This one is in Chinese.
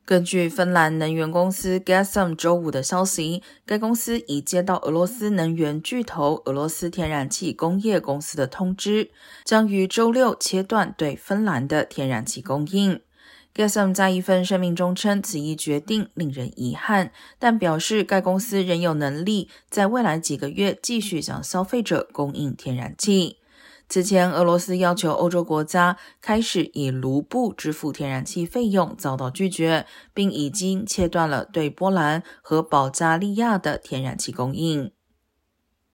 根据芬兰能源公司 Gasum 周五的消息，该公司已接到俄罗斯能源巨头俄罗斯天然气工业公司的通知，将于周六切断对芬兰的天然气供应。Gasum 在一份声明中称，此一决定令人遗憾，但表示该公司仍有能力在未来几个月继续向消费者供应天然气。此前，俄罗斯要求欧洲国家开始以卢布支付天然气费用，遭到拒绝，并已经切断了对波兰和保加利亚的天然气供应。